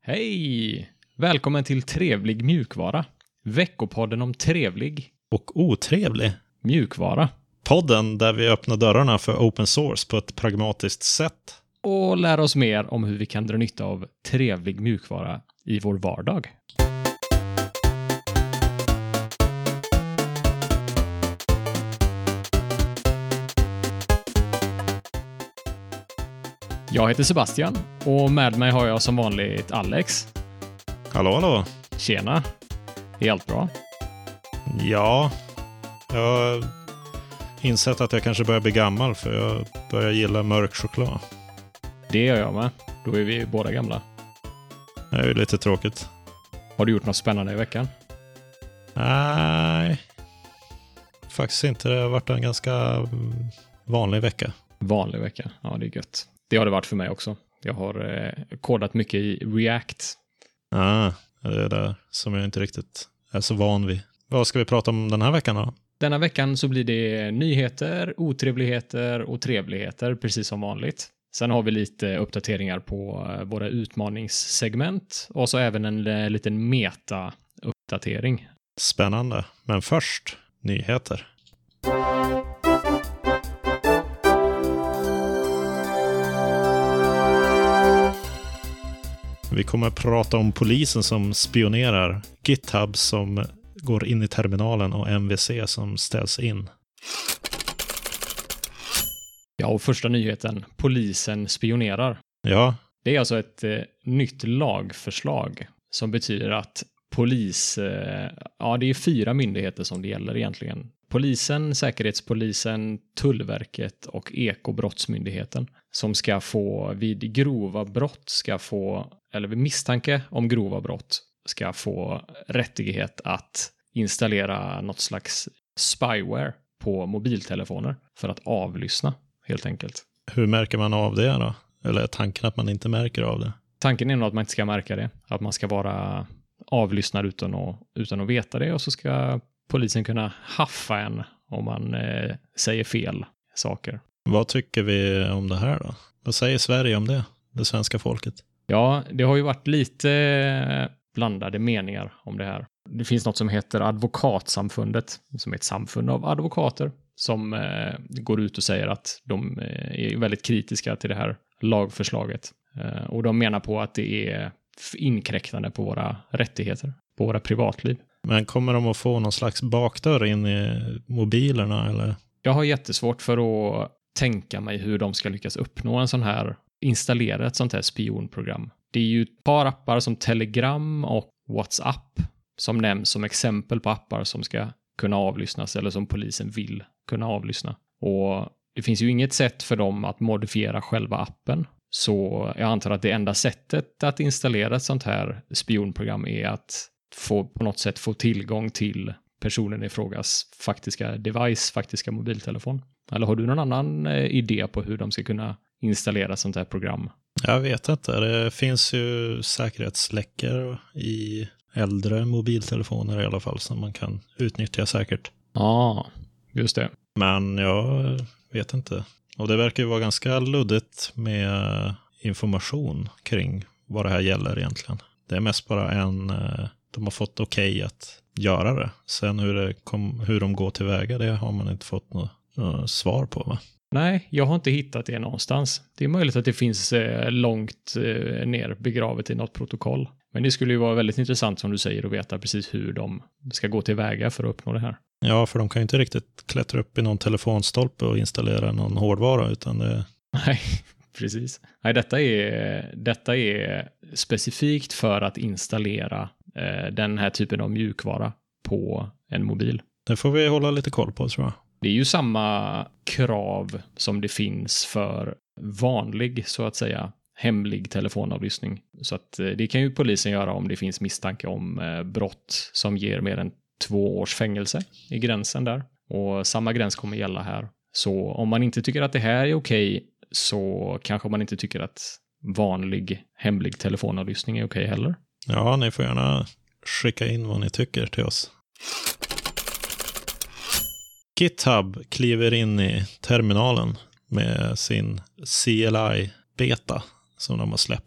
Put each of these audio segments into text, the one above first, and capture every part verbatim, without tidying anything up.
Hej! Välkommen till Trevlig mjukvara. Veckopodden om trevlig och otrevlig mjukvara. Podden där vi öppnar dörrarna för open source på ett pragmatiskt sätt. Och lär oss mer om hur vi kan dra nytta av trevlig mjukvara i vår vardag. Jag heter Sebastian och med mig har jag som vanligt Alex. Hallå, hallå. Tjena. Är allt bra? Ja, jag har insett att jag kanske börjar bli gammal för jag börjar gilla mörk choklad. Det gör jag med. Då är vi båda gamla. Det är ju lite tråkigt. Har du gjort något spännande i veckan? Nej, faktiskt inte. Det har varit en ganska vanlig vecka. Vanlig vecka, ja det är gött. Det har det varit för mig också. Jag har eh, kodat mycket i React. Ja, ah, det är det som jag inte riktigt är så van vid. Vad ska vi prata om den här veckan då? Denna veckan så blir det nyheter, otrevligheter och trevligheter, precis som vanligt. Sen har vi lite uppdateringar på våra utmaningssegment och så även en eh, liten meta-uppdatering. Spännande, men först nyheter. Vi kommer att prata om polisen som spionerar, GitHub som går in i terminalen och M V C som ställs in. Ja, och första nyheten, polisen spionerar. Ja. Det är alltså ett eh, nytt lagförslag som betyder att polis, eh, ja det är fyra myndigheter som det gäller egentligen. Polisen, Säkerhetspolisen, Tullverket och Ekobrottsmyndigheten som ska få vid grova brott ska få, eller vid misstanke om grova brott ska få rättighet att installera något slags spyware på mobiltelefoner för att avlyssna helt enkelt. Hur märker man av det då? Eller är tanken att man inte märker av det? Tanken är nog att man inte ska märka det. Att man ska vara avlyssnad utan att, utan att veta det och så ska polisen kunna haffa en om man eh, säger fel saker. Vad tycker vi om det här då? Vad säger Sverige om det? Det svenska folket? Ja, det har ju varit lite blandade meningar om det här. Det finns något som heter Advokatsamfundet, som är ett samfund av advokater som eh, går ut och säger att de eh, är väldigt kritiska till det här lagförslaget. Eh, och de menar på att det är inkräktande på våra rättigheter, på våra privatliv. Men kommer de att få någon slags bakdörr in i mobilerna eller? Jag har jättesvårt för att tänka mig hur de ska lyckas uppnå en sån här, installera ett sånt här spionprogram. Det är ju ett par appar som Telegram och WhatsApp som nämns som exempel på appar som ska kunna avlyssnas eller som polisen vill kunna avlyssna. Och det finns ju inget sätt för dem att modifiera själva appen. Så jag antar att det enda sättet att installera ett sånt här spionprogram är att få, på något sätt få tillgång till personen i frågas faktiska device, faktiska mobiltelefon. Eller har du någon annan eh, idé på hur de ska kunna installera sånt här program? Jag vet inte. Det finns ju säkerhetsläckor i äldre mobiltelefoner i alla fall som man kan utnyttja säkert. Ja, just det. Men jag vet inte. Och det verkar ju vara ganska luddigt med information kring vad det här gäller egentligen. Det är mest bara en, de har fått okej okay att göra det. Sen hur, det kom, hur de går tillväga, det har man inte fått något, något svar på, va? Nej, jag har inte hittat det någonstans. Det är möjligt att det finns eh, långt eh, ner begravet i något protokoll. Men det skulle ju vara väldigt intressant som du säger att veta precis hur de ska gå tillväga för att uppnå det här. Ja, för de kan ju inte riktigt klättra upp i någon telefonstolpe och installera någon hårdvara utan det... Nej, precis. Nej, detta är, detta är specifikt för att installera eh, den här typen av mjukvara på en mobil. Det får vi hålla lite koll på, tror jag. Det är ju samma krav som det finns för vanlig, så att säga, hemlig telefonavlyssning. Så att eh, det kan ju polisen göra om det finns misstanke om eh, brott som ger mer än två års fängelse i gränsen där. Och samma gräns kommer gälla här. Så om man inte tycker att det här är okej så kanske man inte tycker att vanlig hemlig telefonavlyssning är okej heller. Ja, ni får gärna skicka in vad ni tycker till oss. GitHub kliver in i terminalen med sin C L I-beta som de har släppt.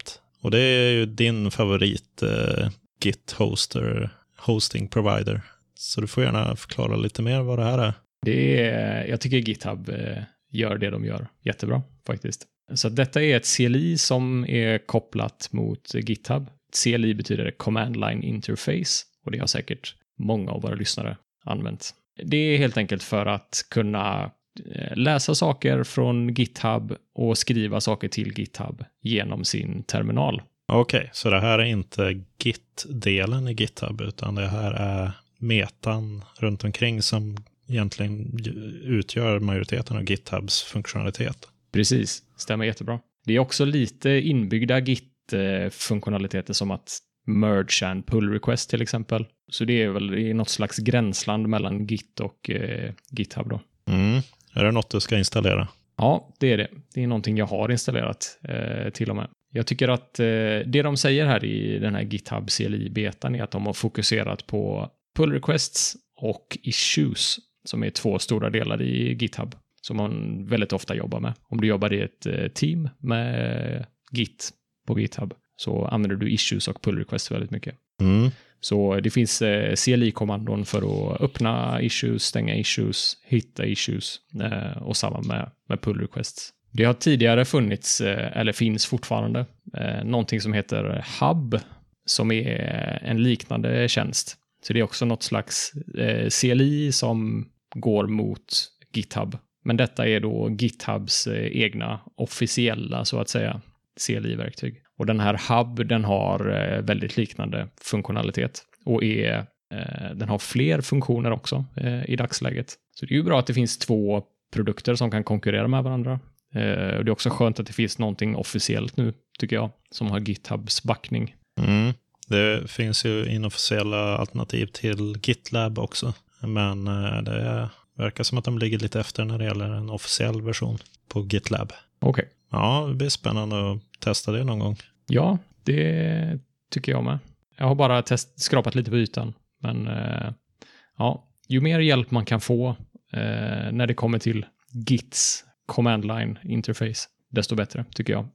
Och det är ju din favorit eh, Git-hoster, hosting provider. Så du får gärna förklara lite mer vad det här är. Det är, jag tycker GitHub eh, gör det de gör jättebra faktiskt. Så detta är ett C L I som är kopplat mot GitHub. C L I betyder Command Line Interface och det har säkert många av våra lyssnare använt. Det är helt enkelt för att kunna läsa saker från GitHub och skriva saker till GitHub genom sin terminal. Okej, okay, så det här är inte Git-delen i GitHub utan det här är metan runt omkring som egentligen utgör majoriteten av GitHubs funktionalitet. Precis, stämmer jättebra. Det är också lite inbyggda Git-funktionaliteter som att merge and pull request till exempel. Så det är väl i något slags gränsland mellan Git och eh, GitHub då. Mm. Är det något du ska installera? Ja, det är det. Det är någonting jag har installerat eh, till och med. Jag tycker att eh, det de säger här i den här GitHub C L I-betan är att de har fokuserat på pull requests och issues som är två stora delar i GitHub som man väldigt ofta jobbar med. Om du jobbar i ett eh, team med Git på GitHub så använder du issues och pull requests väldigt mycket. Mm. Så det finns eh, C L I-kommandon för att öppna issues, stänga issues, hitta issues eh, och samma med, med pull requests. Det har tidigare funnits, eh, eller finns fortfarande, eh, någonting som heter Hub som är en liknande tjänst. Så det är också något slags eh, C L I som går mot GitHub. Men detta är då GitHubs eh, egna officiella, så att säga, C L I-verktyg. Och den här Hub, den har eh, väldigt liknande funktionalitet och är, eh, den har fler funktioner också eh, i dagsläget. Så det är ju bra att det finns två produkter som kan konkurrera med varandra. Eh, och det är också skönt att det finns någonting officiellt nu, tycker jag, som har GitHubs backning. Mm. Det finns ju inofficiella alternativ till GitLab också. Men eh, det verkar som att de ligger lite efter när det gäller en officiell version på GitLab. Okej. Okay. Ja, det blir spännande att testa det någon gång. Ja, det tycker jag med. Jag har bara test, skrapat lite på ytan. Men eh, ja, ju mer hjälp man kan få eh, när det kommer till Gits command line interface, desto bättre tycker jag.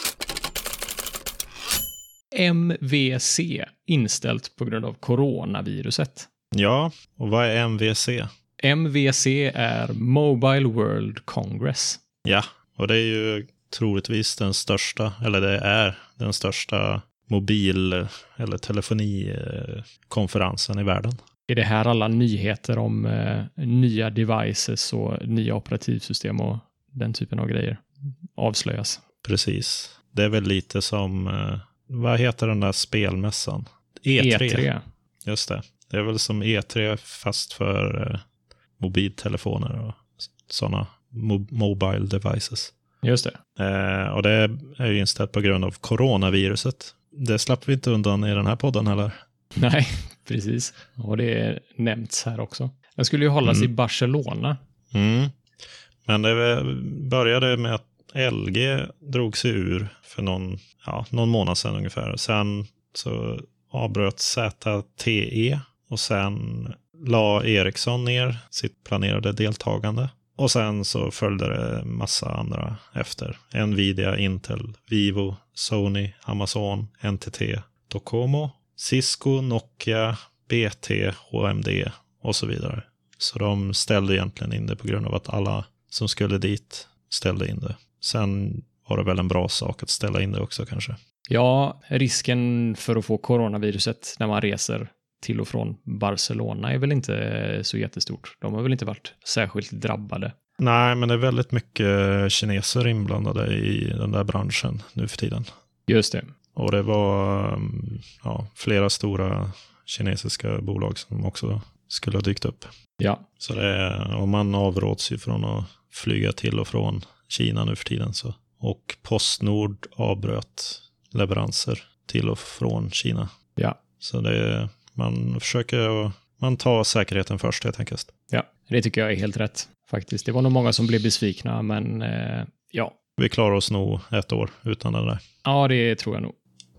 M V C inställt på grund av coronaviruset. Ja, och vad är M V C? M V C är Mobile World Congress. Ja, och det är ju troligtvis den största, eller det är den största mobil- eller telefonikonferensen i världen. Är det här alla nyheter om eh, nya devices och nya operativsystem och den typen av grejer avslöjas? Precis. Det är väl lite som, eh, vad heter den där spelmässan? E tre. E tre. Just det. Det är väl som E tre fast för eh, mobiltelefoner och sådana mo- mobile devices. Just det. Eh, och det är ju inställt på grund av coronaviruset. Det slapp vi inte undan i den här podden heller. Nej, precis. Och det är nämnts här också. Den skulle ju hållas mm. i Barcelona. Mm. Men det började med att L G drog sig ur för någon, ja, någon månad sedan ungefär. Sen så avbröt Z T E och sen la Ericsson ner sitt planerade deltagande. Och sen så följde det massa andra efter. Nvidia, Intel, Vivo, Sony, Amazon, N T T, Docomo, Cisco, Nokia, B T, H M D och så vidare. Så de ställde egentligen in det på grund av att alla som skulle dit ställde in det. Sen var det väl en bra sak att ställa in det också kanske. Ja, risken för att få coronaviruset när man reser till och från Barcelona är väl inte så jättestort. De har väl inte varit särskilt drabbade. Nej, men det är väldigt mycket kineser inblandade i den där branschen nu för tiden. Just det. Och det var ja, flera stora kinesiska bolag som också skulle ha dykt upp. Ja. Så det är, och man avråds ju från att flyga till och från Kina nu för tiden. Så. Och Postnord avbröt leveranser till och från Kina. Ja. Så det, man försöker, man tar säkerheten först helt enkelt. Ja, det tycker jag är helt rätt faktiskt. Det var nog många som blev besvikna, men eh, ja. Vi klarar oss nog ett år utan det där. Ja, det tror jag nog.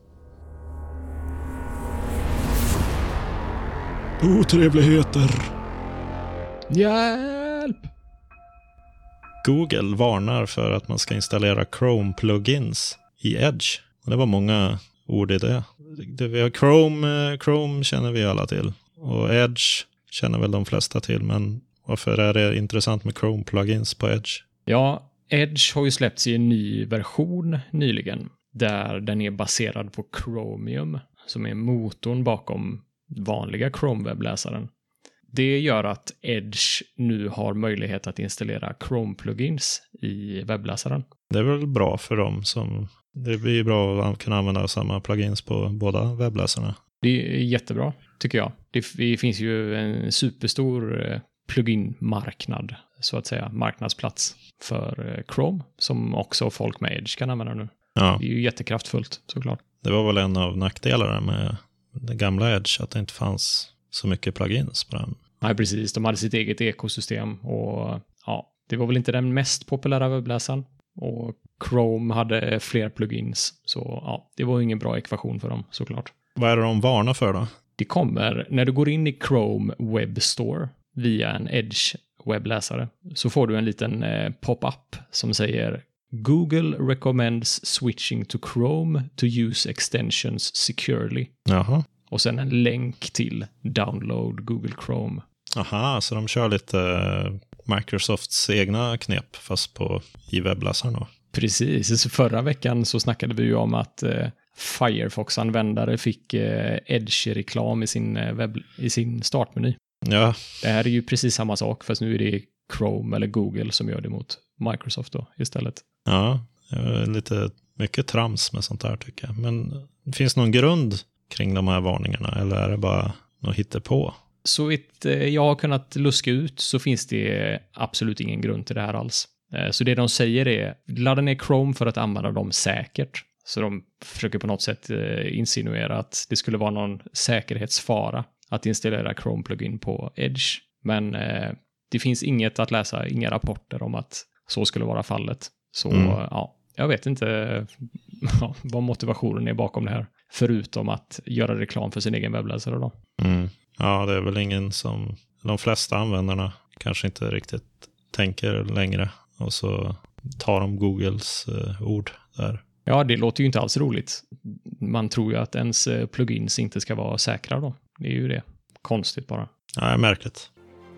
Otrevligheter. Hjälp! Google varnar för att man ska installera Chrome-plugins i Edge. det var många ord i det. det vi har Chrome, Chrome känner vi alla till. Och Edge känner väl de flesta till. Men varför är det intressant med Chrome-plugins på Edge? Ja, Edge har ju släppts i en ny version nyligen. Där den är baserad på Chromium. Som är motorn bakom vanliga Chrome-webbläsaren. Det gör att Edge nu har möjlighet att installera Chrome-plugins i webbläsaren. Det är väl bra för dem som... Det blir bra att kunna använda samma plugins på båda webbläsarna. Det är jättebra, tycker jag. Det, det finns ju en superstor plugin-marknad, så att säga, marknadsplats för Chrome, som också folk med Edge kan använda nu. Ja. Det är ju jättekraftfullt, såklart. Det var väl en av nackdelarna med det gamla Edge, att det inte fanns så mycket plugins på den. Nej, precis. De hade sitt eget ekosystem och ja, det var väl inte den mest populära webbläsaren. Och Chrome hade fler plugins, så ja, det var ingen bra ekvation för dem, såklart. Vad är det de varnar för då? Det kommer, när du går in i Chrome Web Store via en Edge webbläsare, så får du en liten eh, pop-up som säger Google recommends switching to Chrome to use extensions securely. Jaha. Och sen en länk till download Google Chrome. Aha, så de kör lite Microsofts egna knep fast på i webbläsaren då. Precis, så förra veckan så snackade vi ju om att eh, Firefox-användare fick eh, Edge-reklam i sin, eh, webb, i sin startmeny. Ja. Det här är ju precis samma sak, fast nu är det Chrome eller Google som gör det mot Microsoft då istället. Ja, lite mycket trams med sånt där tycker jag. Men finns någon grund kring de här varningarna eller är det bara något hittepå? Så vitt jag har kunnat luska ut så finns det absolut ingen grund till det här alls. Så det de säger är, ladda ner Chrome för att använda dem säkert. Så de försöker på något sätt insinuera att det skulle vara någon säkerhetsfara att installera Chrome-plugin på Edge. Men eh, det finns inget att läsa, inga rapporter om att så skulle vara fallet. Så mm. ja, jag vet inte ja, vad motivationen är bakom det här. Förutom att göra reklam för sin egen webbläsare då. Mm. Ja, det är väl ingen som... De flesta användarna kanske inte riktigt tänker längre. Och så tar de Googles eh, ord där. Ja, det låter ju inte alls roligt. Man tror ju att ens plugins inte ska vara säkra då. Det är ju det. Konstigt bara. Ja, märkligt.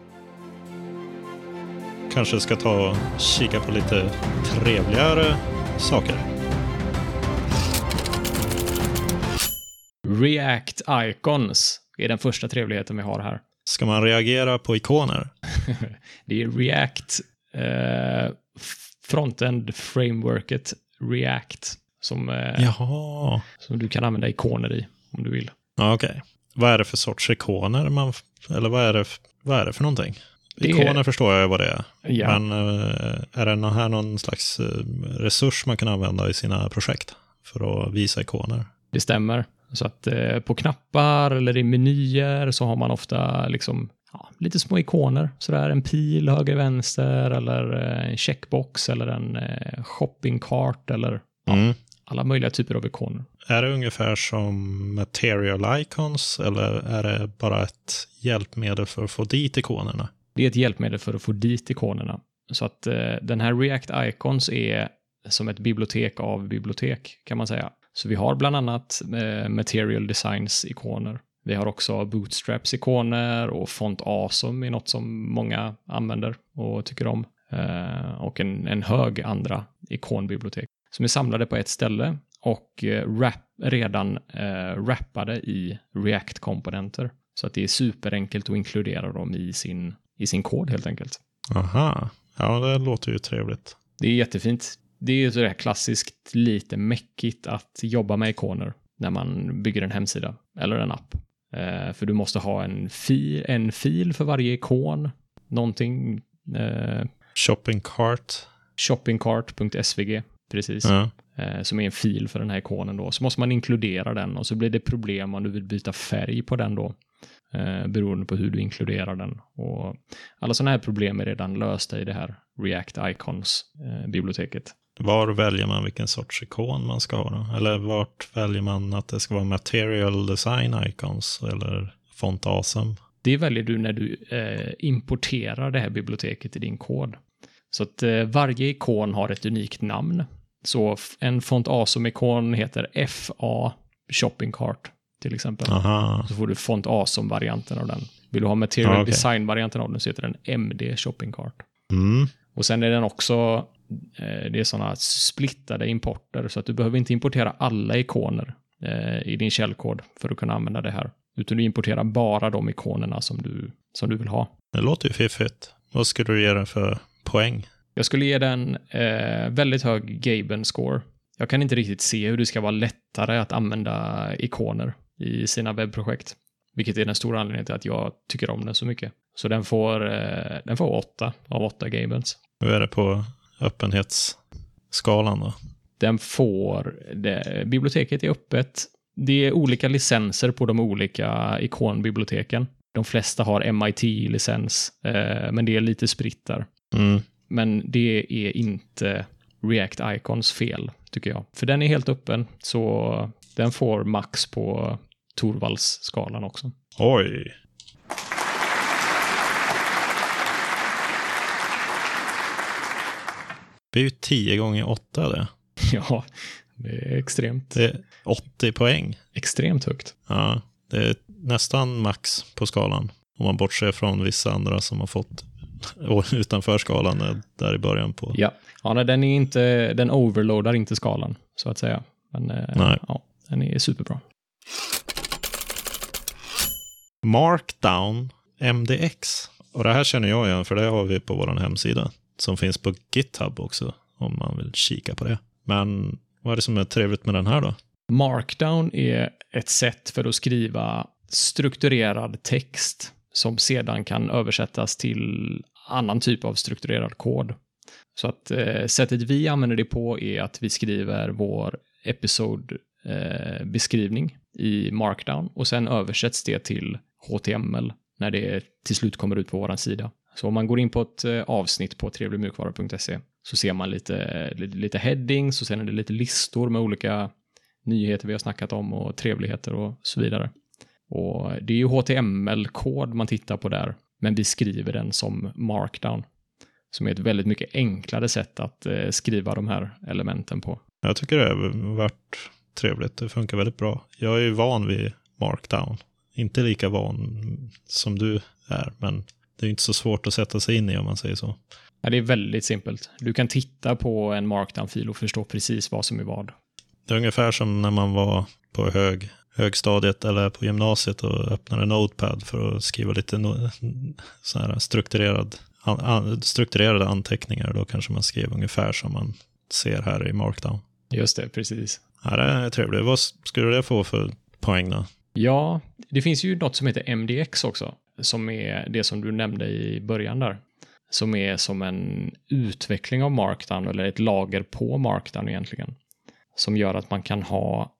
Kanske ska ta och kika på lite trevligare saker. React Icons är den första trevligheten vi har här. Ska man reagera på ikoner? Det är React eh, frontend frameworket React som, eh, Jaha. som du kan använda ikoner i om du vill. Ja, okej. Okay. Vad är det för sorts ikoner man, eller vad är det, vad är det för någonting? Det ikoner är... förstår jag vad det är. Ja. Men är det någon här någon slags resurs man kan använda i sina projekt för att visa ikoner? Det stämmer. Så att eh, på knappar eller i menyer så har man ofta liksom ja, lite små ikoner. Så där en pil höger vänster eller en checkbox eller en eh, shopping cart eller ja, mm. alla möjliga typer av ikoner. Är det ungefär som material icons eller är det bara ett hjälpmedel för att få dit ikonerna? Det är ett hjälpmedel för att få dit ikonerna. Så att eh, den här React Icons är som ett bibliotek av bibliotek kan man säga. Så vi har bland annat eh, Material Designs ikoner. Vi har också Bootstraps ikoner och Font Awesome är något som många använder och tycker om. Eh, och en, en hög andra ikonbibliotek som är samlade på ett ställe och eh, rap, redan eh, wrappade i React-komponenter. Så att det är superenkelt att inkludera dem i sin, i sin kod helt enkelt. Aha, ja det låter ju trevligt. Det är jättefint. Det är ju sådär klassiskt lite mäckigt att jobba med ikoner när man bygger en hemsida eller en app. Eh, för du måste ha en fil, en fil för varje ikon. Någonting. Eh, shopping cart. shoppingcart punkt s v g, precis. Ja. Eh, som är en fil för den här ikonen då. Så måste man inkludera den och så blir det problem om du vill byta färg på den då. Eh, beroende på hur du inkluderar den. Och alla sådana här problem är redan lösta i det här React Icons-biblioteket. Eh, Var väljer man vilken sorts ikon man ska ha då? Eller vart väljer man att det ska vara material design icons eller font awesome? Det väljer du när du eh, importerar det här biblioteket i din kod. Så att eh, varje ikon har ett unikt namn. Så en Font Awesome-ikon heter F A Shopping Cart till exempel. Aha. Så får du Font Awesome-varianten av den. Vill du ha Material Ja, okay. Design-varianten av den så heter den M D Shopping Cart. Mm. Och sen är den också, eh, det är sådana splittade importer så att du behöver inte importera alla ikoner eh, i din källkod för att kunna använda det här. Utan du importerar bara de ikonerna som du, som du vill ha. Det låter ju fiffigt. Vad skulle du ge den för poäng? Jag skulle ge den eh, väldigt hög Gaben-score. Jag kan inte riktigt se hur det ska vara lättare att använda ikoner i sina webbprojekt. Vilket är den stora anledningen till att jag tycker om den så mycket. Så den får, eh, den får åtta av åtta Gabens. Hur är det på öppenhetsskalan då? Den får, det, biblioteket är öppet. Det är olika licenser på de olika ikonbiblioteken. De flesta har M I T-licens, eh, men det är lite spritt där. Mm. Men det är inte React Icons fel, tycker jag. För den är helt öppen, så den får max på Torvalds-skalan också. Oj! Det är ju tio gånger åtta det. Ja, det är extremt. Det är åttio poäng. Extremt högt. Ja, det är nästan max på skalan. Om man bortser från vissa andra som har fått utanför skalan där i början på. Ja, ja nej, den är inte, den overloadar inte skalan, så att säga. Men Nej. ja, den är superbra. Markdown M D X. Och det här känner jag igen, för det har vi på vår hemsida. Som finns på GitHub också, om man vill kika på det. Men vad är det som är trevligt med den här då? Markdown är ett sätt för att skriva strukturerad text som sedan kan översättas till annan typ av strukturerad kod. Så att eh, sättet vi använder det på är att vi skriver vår episodebeskrivning eh, i Markdown och sen översätts det till H T M L när det till slut kommer ut på vår sida. Så om man går in på ett eh, avsnitt på trevlig mjukvara punkt se så ser man lite, lite, lite headings och sen är det lite listor med olika nyheter vi har snackat om och trevligheter och så vidare. Och det är ju H T M L-kod man tittar på där, men vi skriver den som Markdown, som är ett väldigt mycket enklare sätt att eh, skriva de här elementen på. Jag tycker det har varit trevligt. Det funkar väldigt bra. Jag är ju van vid Markdown. Inte lika van som du är, men det är inte så svårt att sätta sig in i om man säger så. Ja, det är väldigt simpelt. Du kan titta på en Markdown-fil och förstå precis vad som är vad. Det är ungefär som när man var på hög, högstadiet eller på gymnasiet och öppnade Notepad för att skriva lite no, så här strukturerad, an, an, strukturerade anteckningar. Då kanske man skrev ungefär som man ser här i Markdown. Just det, precis. Ja, det är trevligt. Vad skulle det få för poäng då? Ja, det finns ju något som heter M D X också, som är det som du nämnde i början där. Som är som en utveckling av Markdown, eller ett lager på Markdown egentligen. Som gör att man kan ha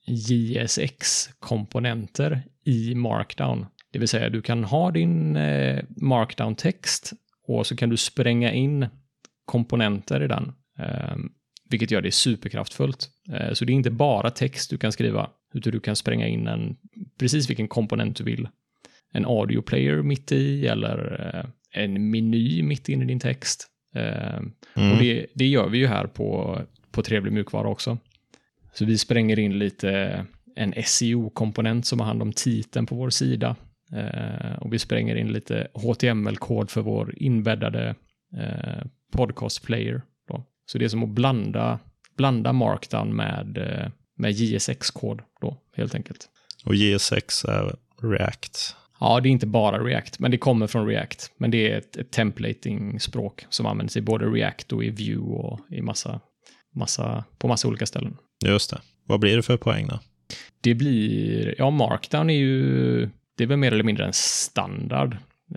J S X-komponenter i Markdown. Det vill säga du kan ha din eh, Markdown-text och så kan du spränga in komponenter i den. Eh, vilket gör det superkraftfullt. Eh, så det är inte bara text du kan skriva, utan du kan spränga in en, precis vilken komponent du vill. En audio player mitt i eller eh, en meny mitt in i din text. Eh, mm. Och det, det gör vi ju här på, på Trevlig mjukvara också. Så vi spränger in lite en S E O-komponent som har hand om titeln på vår sida. Eh, och vi spränger in lite H T M L-kod för vår inbäddade eh, podcast player. Då. Så det är som att blanda, blanda Markdown med, eh, med J S X-kod då, helt enkelt. Och J S X är React. Ja, det är inte bara React, men det kommer från React. Men det är ett, ett templating-språk som används i både React och i Vue och i massa, massa, på massa olika ställen. Just det. Vad blir det för poäng då? Det blir, ja, Markdown är ju, det är väl mer eller mindre en standard.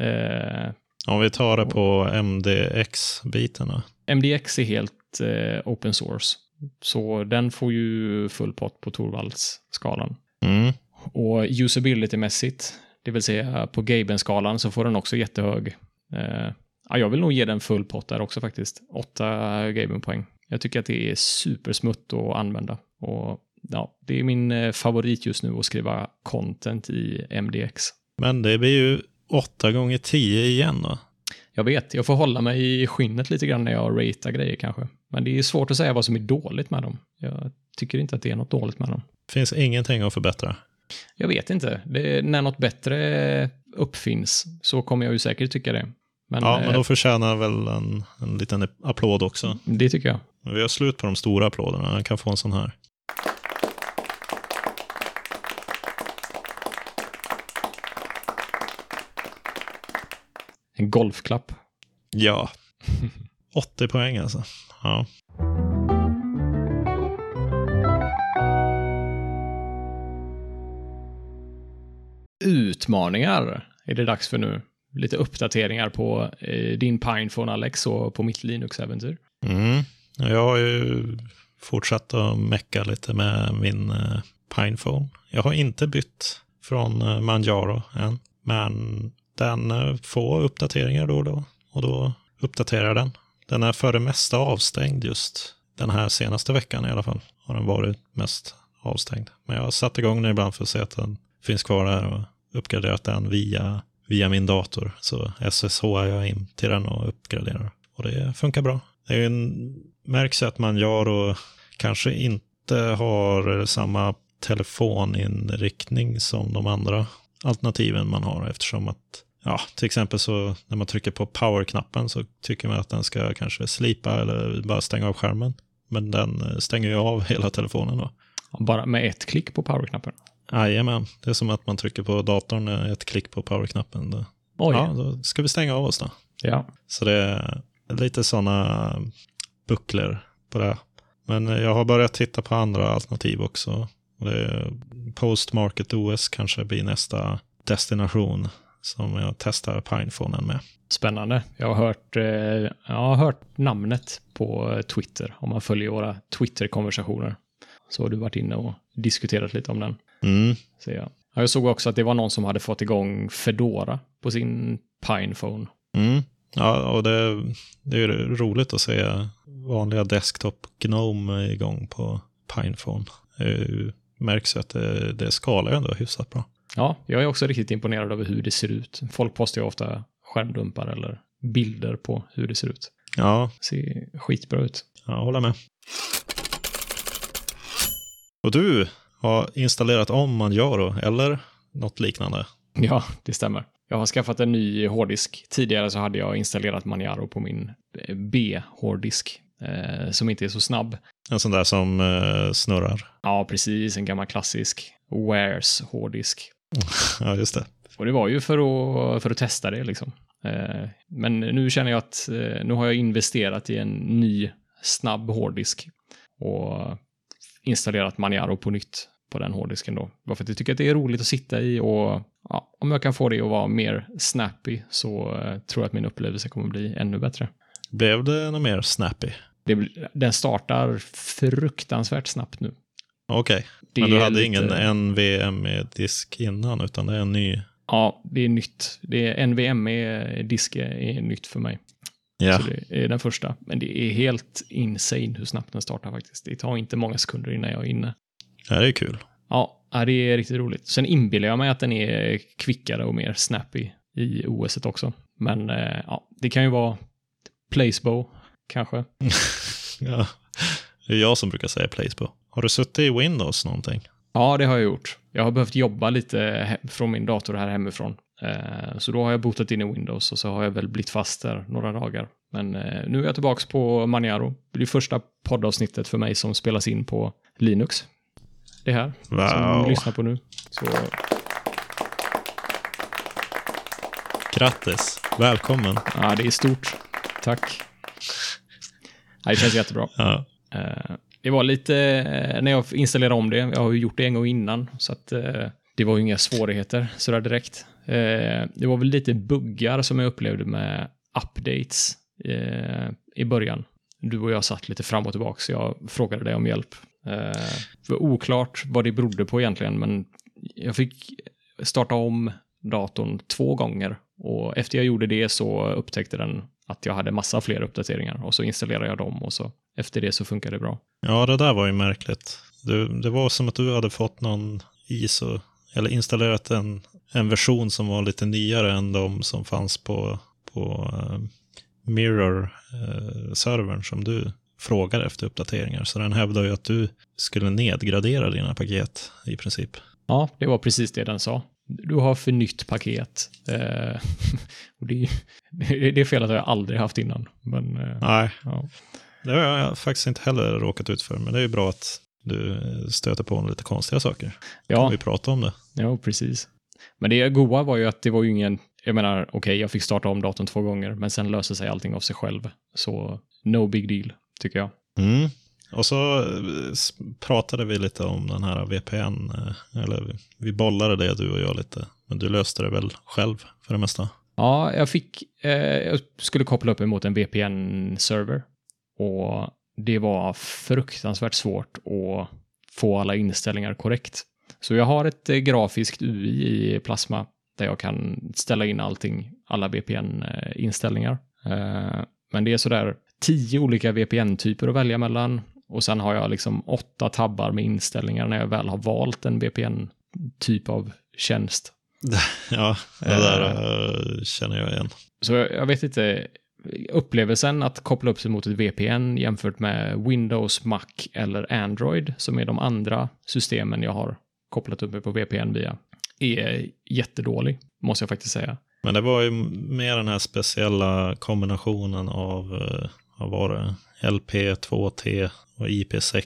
Eh, Om vi tar det på M D X-biten då? M D X är helt eh, open source. Så den får ju full pott på Torvalds-skalan. Mm. Och usability-mässigt, det vill säga på Gaben-skalan, så får den också jättehög. Eh, ja, jag vill nog ge den full pott där också faktiskt. åtta Gaben-poäng. Jag tycker att det är supersmutt att använda. Och ja, det är min favorit just nu att skriva content i M D X. Men det blir ju åtta gånger tio igen då. Jag vet, jag får hålla mig i skinnet lite grann när jag ratear grejer kanske. Men det är svårt att säga vad som är dåligt med dem. Jag tycker inte att det är något dåligt med dem. Finns ingenting att förbättra? Jag vet inte. Det, när något bättre uppfinns så kommer jag ju säkert tycka det. Men, ja, men då förtjänar väl en, en liten applåd också. Det tycker jag. Vi har slut på de stora applåderna. Jag kan få en sån här. En golfklapp. Ja. åttio poäng alltså. Ja. Utmaningar är det dags för nu. Lite uppdateringar på eh, din Pinephone, Alex, och på mitt Linux-äventyr. Mm. Jag har ju fortsatt att mecka lite med min eh, Pinephone. Jag har inte bytt från eh, Manjaro än. Men den eh, får uppdateringar då och då. Och då uppdaterar den. Den är för det mesta avstängd just den här senaste veckan i alla fall. Har den varit mest avstängd. Men jag har satt igång den ibland för att se att den finns kvar där och uppgraderat den via, via min dator. Så S S H är jag in till den och uppgraderar. Och det funkar bra. Det är ju en, märks att man gör och kanske inte har samma telefoninriktning som de andra alternativen man har. Eftersom att, ja, till exempel så när man trycker på power-knappen så tycker man att den ska kanske slipa eller bara stänga av skärmen. Men den stänger ju av hela telefonen då. Bara med ett klick på power-knappen? Jajamän, det är som att man trycker på datorn ett klick på power-knappen. Då. Oj. Ja, då ska vi stänga av oss då. Ja. Så det är lite sådana bucklor på det. Men jag har börjat titta på andra alternativ också. Och det är Post-Market O S kanske blir nästa destination som jag testar Pinephonen med. Spännande. Jag har hört, eh, jag har hört namnet på Twitter. Om man följer våra Twitter-konversationer så har du varit inne och diskuterat lite om den. Mm. Så jag. jag såg också att det var någon som hade fått igång Fedora på sin Pinephone. Mm. Ja, och det, det är roligt att se vanliga desktop Gnome igång på Pinephone. Det märks att det, det skalar ändå hyfsat bra. Ja, jag är också riktigt imponerad över hur det ser ut. Folk postar ju ofta skärmdumpar eller bilder på hur det ser ut. Ja. Det ser skitbra ut. Ja, håller med. Och du har installerat om Manjaro eller något liknande? Ja, det stämmer. Jag har skaffat en ny hårddisk. Tidigare så hade jag installerat Manjaro på min B-hårddisk eh, som inte är så snabb. En sån där som eh, snurrar. Ja, precis. En gammal klassisk Wares hårddisk. Ja, just det. Och det var ju för att, för att testa det liksom. Eh, men nu känner jag att eh, nu har jag investerat i en ny snabb hårddisk och installerat Manjaro på nytt på den hårddisken då. Bara för att jag tycker att det är roligt att sitta i och ja, om jag kan få det att vara mer snappy så eh, tror jag att min upplevelse kommer bli ännu bättre. Blev det något mer snappy? Det, den startar fruktansvärt snabbt nu. Okej, okay. Men du hade lite... ingen N V M E-disk innan utan det är en ny? Ja, det är nytt. Det är N V M E-disk är nytt för mig. Ja. Så det är den första. Men det är helt insane hur snabbt den startar faktiskt. Det tar inte många sekunder innan jag är inne. Ja, det är kul. Ja, det är riktigt roligt. Sen inbillar jag mig att den är kvickare och mer snappy i O S:et också. Men ja, det kan ju vara Placebo kanske. Ja, det är jag som brukar säga Placebo. Har du suttit i Windows någonting? Ja, det har jag gjort. Jag har behövt jobba lite från min dator här hemifrån. Så då har jag botat in i Windows och så har jag väl blivit fast där några dagar. Men nu är jag tillbaka på Manjaro. Det är första poddavsnittet för mig som spelas in på Linux. Det här wow. Som vi lyssnar på nu. Så... Grattis, välkommen. Ja, det är stort. Tack. Ja, det känns jättebra. Ja. Det var lite, när jag installerade om det, jag har ju gjort det en gång innan, så att det var ju inga svårigheter sådär direkt. Det var väl lite buggar som jag upplevde med updates i början. Du och jag satt lite fram och tillbaka, så jag frågade dig om hjälp. Det var oklart vad det berodde på egentligen, men jag fick starta om datorn två gånger och efter jag gjorde det så upptäckte den att jag hade massa fler uppdateringar och så installerade jag dem och så efter det så funkar det bra. Ja, det där var ju märkligt. Det, det var som att du hade fått någon I S O eller installerat en, en version som var lite nyare än de som fanns på, på uh, Mirror-servern uh, som du frågar efter uppdateringar. Så den hävdar ju att du skulle nedgradera dina paket i princip. Ja, det var precis det den sa. Du har för nytt paket. Eh, och det, det är fel att jag aldrig haft innan. Men, eh, Nej, ja. det har jag faktiskt inte heller råkat ut för. Men det är ju bra att du stöter på lite konstiga saker. Ja. Kan vi prata om det? Ja, precis. Men det goa var ju att det var ju ingen... Jag menar, okej, okay, jag fick starta om datorn två gånger. Men sen löser sig allting av sig själv. Så no big deal, tycker jag. Mm. Och så pratade vi lite om den här V P N. Eller vi bollade det, du och jag lite. Men du löste det väl själv för det mesta? Ja, jag fick... Eh, jag skulle koppla upp emot en V P N-server. Och det var fruktansvärt svårt att få alla inställningar korrekt. Så jag har ett eh, grafiskt U I i Plasma där jag kan ställa in allting, alla V P N-inställningar. Eh, men det är sådär tio olika V P N-typer att välja mellan. Och sen har jag liksom åtta tabbar med inställningar när jag väl har valt en V P N-typ av tjänst. Ja, det där uh, känner jag igen. Så jag vet inte, upplevelsen att koppla upp sig mot ett V P N jämfört med Windows, Mac eller Android, som är de andra systemen jag har kopplat upp mig på V P N via, är jättedålig, måste jag faktiskt säga. Men det var ju mer den här speciella kombinationen av, vad var det, L P två T och I P sec.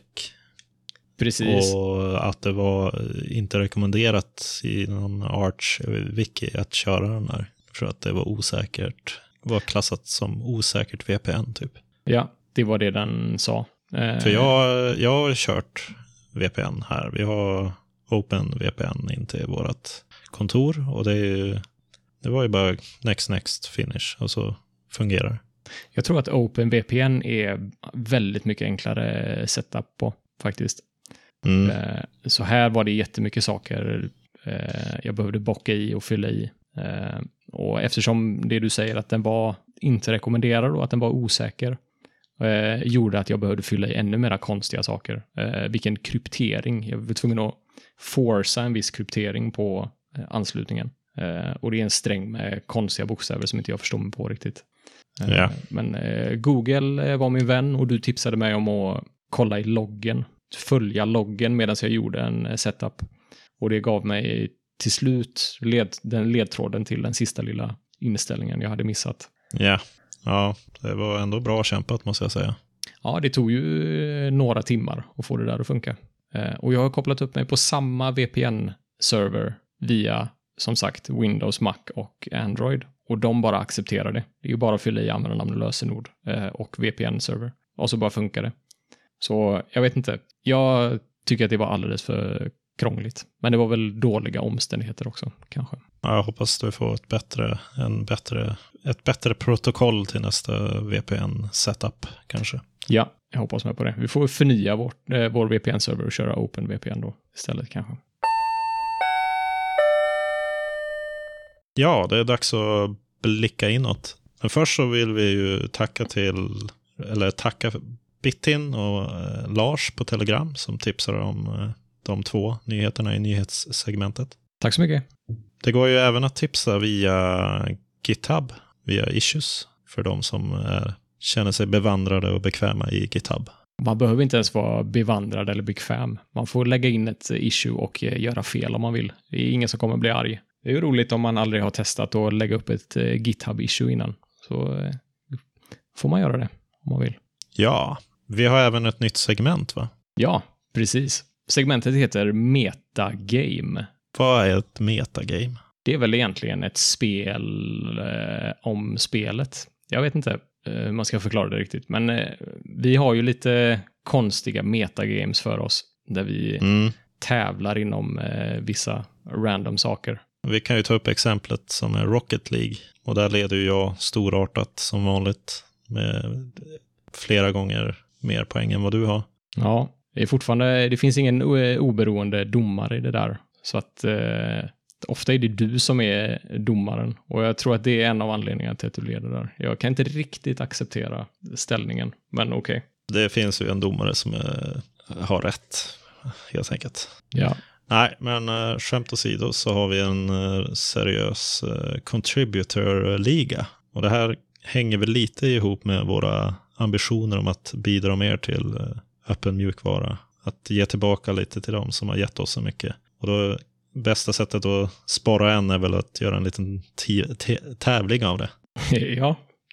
Precis. Och att det var inte rekommenderat i någon Arch-wiki att köra den där. För att det var osäkert. Det var klassat som osäkert V P N typ. Ja, det var det den sa. För jag, jag har kört V P N här. Vi har OpenVPN in till vårt kontor. Och det, är ju, det var ju bara next, next, finish. Och så fungerar. Jag tror att OpenVPN är väldigt mycket enklare setup på faktiskt. Mm. Så här var det jättemycket saker jag behövde bocka i och fylla i. Och eftersom det du säger att den var inte rekommenderad och att den var osäker gjorde att jag behövde fylla i ännu mera konstiga saker. Vilken kryptering. Jag var tvungen att forsa en viss kryptering på anslutningen. Och det är en sträng med konstiga bokstäver som inte jag förstår mig på riktigt. Ja. Men Google var min vän och du tipsade mig om att kolla i loggen. Följa loggen medan jag gjorde en setup. Och det gav mig till slut led, den ledtråden till den sista lilla inställningen jag hade missat. Ja, ja, det var ändå bra kämpat måste jag säga. Ja, det tog ju några timmar att få det där att funka. Och jag har kopplat upp mig på samma V P N-server via, som sagt, Windows, Mac och Android. Och de bara accepterar det. Det är ju bara att fylla i användarnamn och lösenord och V P N-server. Och så bara funkar det. Så jag vet inte. Jag tycker att det var alldeles för krångligt. Men det var väl dåliga omständigheter också, kanske. Ja, jag hoppas du får ett bättre, en bättre, ett bättre protokoll till nästa V P N-setup, kanske. Ja, jag hoppas med på det. Vi får förnya vårt, eh, vår V P N-server och köra OpenVPN då istället, kanske. Ja, det är dags att blicka inåt. Men först så vill vi ju tacka till, eller tacka Bitin och eh, Lars på Telegram som tipsar om eh, de två nyheterna i nyhetssegmentet. Tack så mycket. Det går ju även att tipsa via GitHub, via issues, för de som är, känner sig bevandrade och bekväma i GitHub. Man behöver inte ens vara bevandrad eller bekväm. Man får lägga in ett issue och eh, göra fel om man vill. Det är ingen som kommer bli arg. Det är ju roligt om man aldrig har testat att lägga upp ett eh, GitHub-issue innan. Så eh, får man göra det om man vill. Ja, vi har även ett nytt segment, va? Ja, precis. Segmentet heter Metagame. Vad är ett metagame? Det är väl egentligen ett spel eh, om spelet. Jag vet inte eh, hur man ska förklara det riktigt. Men eh, vi har ju lite konstiga metagames för oss. Där vi mm. tävlar inom eh, vissa random saker. Vi kan ju ta upp exemplet som är Rocket League. Och där leder ju jag storartat som vanligt. Med flera gånger mer poäng än vad du har. Ja, det är fortfarande, det finns ingen oberoende domare i det där. Så att eh, ofta är det du som är domaren. Och jag tror att det är en av anledningarna till att du leder där. Jag kan inte riktigt acceptera ställningen, men okej. Okay. Det finns ju en domare som är, har rätt, helt enkelt. Ja. Nej, men uh, skämt åsido så har vi en uh, seriös uh, contributor-liga. Och det här hänger väl lite ihop med våra ambitioner om att bidra mer till eh, öppen mjukvara. Att ge tillbaka lite till dem som har gett oss så mycket. Och då bästa sättet att spara en är väl att göra en liten t- t- tävling av det. Ja,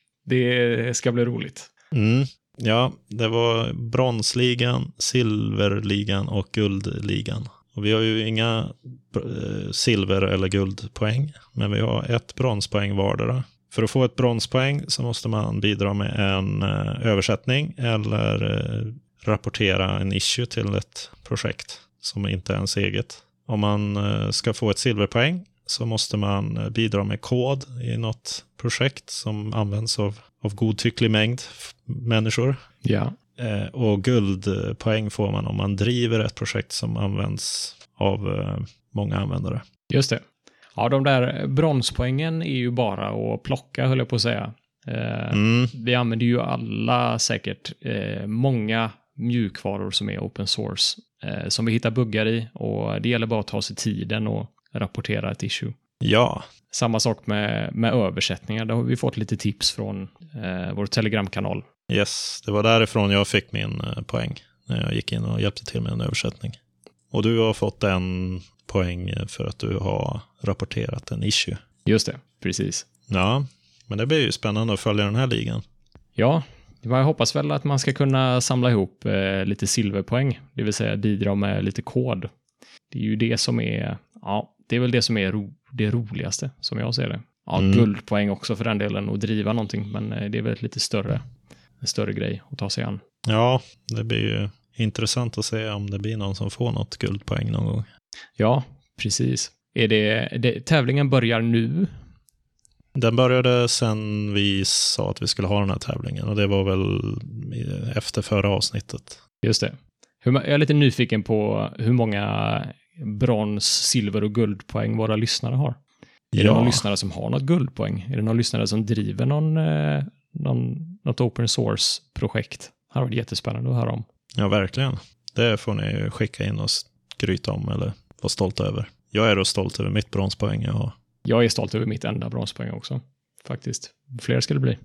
det ska bli roligt. Mm. Ja, det var bronsligan, silverligan och guldligan. Och vi har ju inga silver- eller guldpoäng, men vi har ett bronspoäng vardera. För att få ett bronspoäng så måste man bidra med en översättning eller rapportera en issue till ett projekt som inte är ens eget. Om man ska få ett silverpoäng så måste man bidra med kod i något projekt som används av, av godtycklig mängd människor. Ja. Eh, och guldpoäng får man om man driver ett projekt som används av eh, många användare. Just det. Ja, de där bronspoängen är ju bara att plocka, höll jag på att säga. Eh, mm. Vi använder ju alla säkert eh, många mjukvaror som är open source eh, som vi hittar buggar i, och det gäller bara att ta sig tiden och rapportera ett issue. Ja. Samma sak med, med översättningar. Där har vi fått lite tips från eh, vår Telegram-kanal. Yes, det var därifrån jag fick min eh, poäng när jag gick in och hjälpte till med en översättning. Och du har fått en poäng för att du har rapporterat en issue. Just det, precis. Ja, men det blir ju spännande att följa den här ligan. Ja, jag hoppas väl att man ska kunna samla ihop eh, lite silverpoäng, det vill säga bidra med lite kod. Det är ju det som är, ja, det är väl det som är ro, det roligaste som jag ser det. Ja, mm. Guldpoäng också för den delen och driva någonting, men eh, det är väl ett lite större, en större grej att ta sig an. Ja, det blir ju intressant att se om det blir någon som får något guldpoäng någon gång. Ja, precis. Är det, det tävlingen börjar nu? Den började sen vi sa att vi skulle ha den här tävlingen, och det var väl efter förra avsnittet. Just det. Jag är lite nyfiken på hur många brons, silver och guldpoäng våra lyssnare har. Är ja. det någon lyssnare som har något guldpoäng? Är det någon lyssnare som driver någon, någon, något open source-projekt? Det har varit jättespännande att höra om. Ja, verkligen. Det får ni skicka in och skryta om eller vara stolt över. Jag är då stolt över mitt bronspoäng jag har. Jag är stolt över mitt enda bronspoäng också, faktiskt. Fler ska det bli.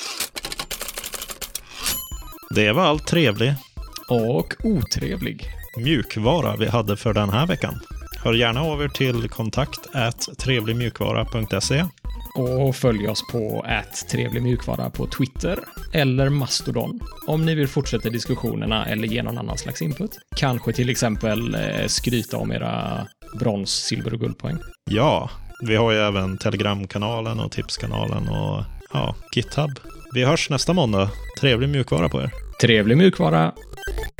Det var allt trevlig. Och otrevlig. Mjukvara vi hade för den här veckan. Hör gärna över till kontakt at trevligmjukvara punkt se. Och följ oss på at trevligmjukvara på Twitter eller Mastodon om ni vill fortsätta diskussionerna eller ge någon annan slags input. Kanske till exempel eh, skryta om era brons, silver och guldpoäng. Ja, vi har ju även Telegram-kanalen och tipskanalen och ja, GitHub. Vi hörs nästa måndag. Trevlig mjukvara på er. Trevlig mjukvara.